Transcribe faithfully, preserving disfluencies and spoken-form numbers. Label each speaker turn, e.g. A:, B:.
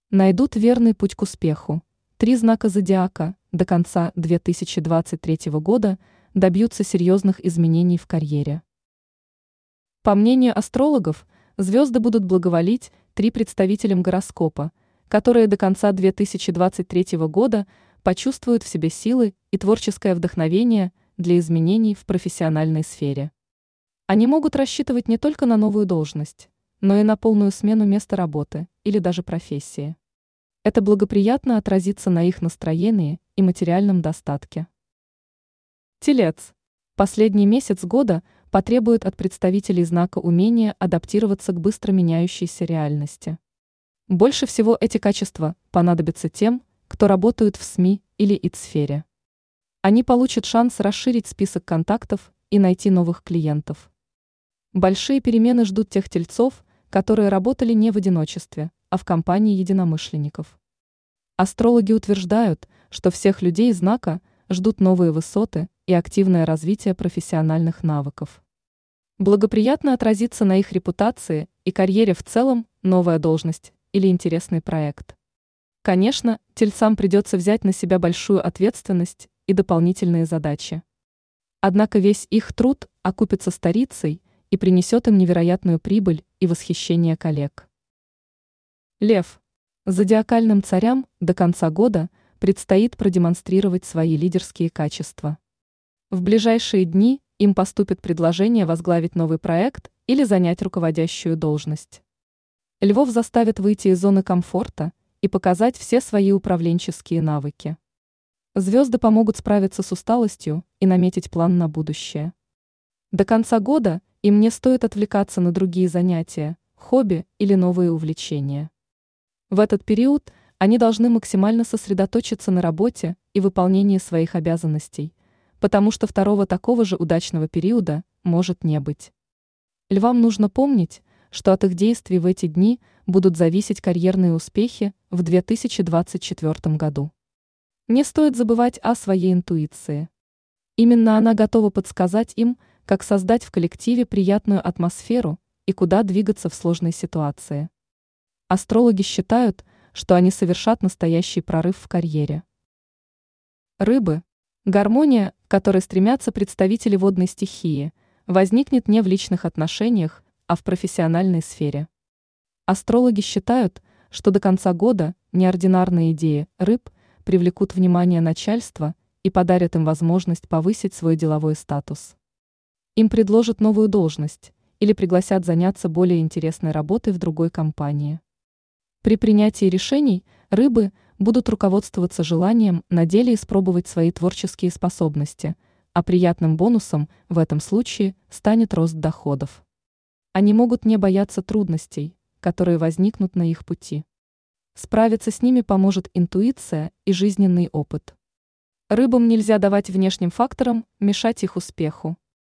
A: Найдут верный путь к успеху. Три знака зодиака до конца две тысячи двадцать третьего года добьются серьезных изменений в карьере. По мнению астрологов, звезды будут благоволить три представителям гороскопа, которые до конца две тысячи двадцать третьего года почувствуют в себе силы и творческое вдохновение для изменений в профессиональной сфере. Они могут рассчитывать не только на новую должность, но и на полную смену места работы или даже профессии. Это благоприятно отразится на их настроении и материальном достатке. Телец. Последний месяц года потребует от представителей знака умения адаптироваться к быстро меняющейся реальности. Больше всего эти качества понадобятся тем, кто работает в СМИ или ИТ-сфере. Они получат шанс расширить список контактов и найти новых клиентов. Большие перемены ждут тех тельцов, которые работали не в одиночестве, а в компании единомышленников. Астрологи утверждают, что всех людей знака ждут новые высоты и активное развитие профессиональных навыков. Благоприятно отразится на их репутации и карьере в целом новая должность или интересный проект. Конечно, тельцам придется взять на себя большую ответственность и дополнительные задачи. Однако весь их труд окупится старицей и принесет им невероятную прибыль и восхищение коллег. Лев. Зодиакальным царям до конца года предстоит продемонстрировать свои лидерские качества. В ближайшие дни им поступит предложение возглавить новый проект или занять руководящую должность. Львов заставят выйти из зоны комфорта и показать все свои управленческие навыки. Звезды помогут справиться с усталостью и наметить план на будущее. До конца года им не стоит отвлекаться на другие занятия, хобби или новые увлечения. В этот период они должны максимально сосредоточиться на работе и выполнении своих обязанностей, потому что второго такого же удачного периода может не быть. Львам нужно помнить, что от их действий в эти дни будут зависеть карьерные успехи в две тысячи двадцать четвёртом году. Не стоит забывать о своей интуиции. Именно она готова подсказать им, как создать в коллективе приятную атмосферу и куда двигаться в сложной ситуации. Астрологи считают, что они совершат настоящий прорыв в карьере. Рыбы. Гармония, к которой стремятся представители водной стихии, возникнет не в личных отношениях, а в профессиональной сфере. Астрологи считают, что до конца года неординарные идеи рыб привлекут внимание начальства и подарят им возможность повысить свой деловой статус. Им предложат новую должность или пригласят заняться более интересной работой в другой компании. При принятии решений рыбы будут руководствоваться желанием на деле испробовать свои творческие способности, а приятным бонусом в этом случае станет рост доходов. Они могут не бояться трудностей, которые возникнут на их пути. Справиться с ними поможет интуиция и жизненный опыт. Рыбам нельзя давать внешним факторам мешать их успеху.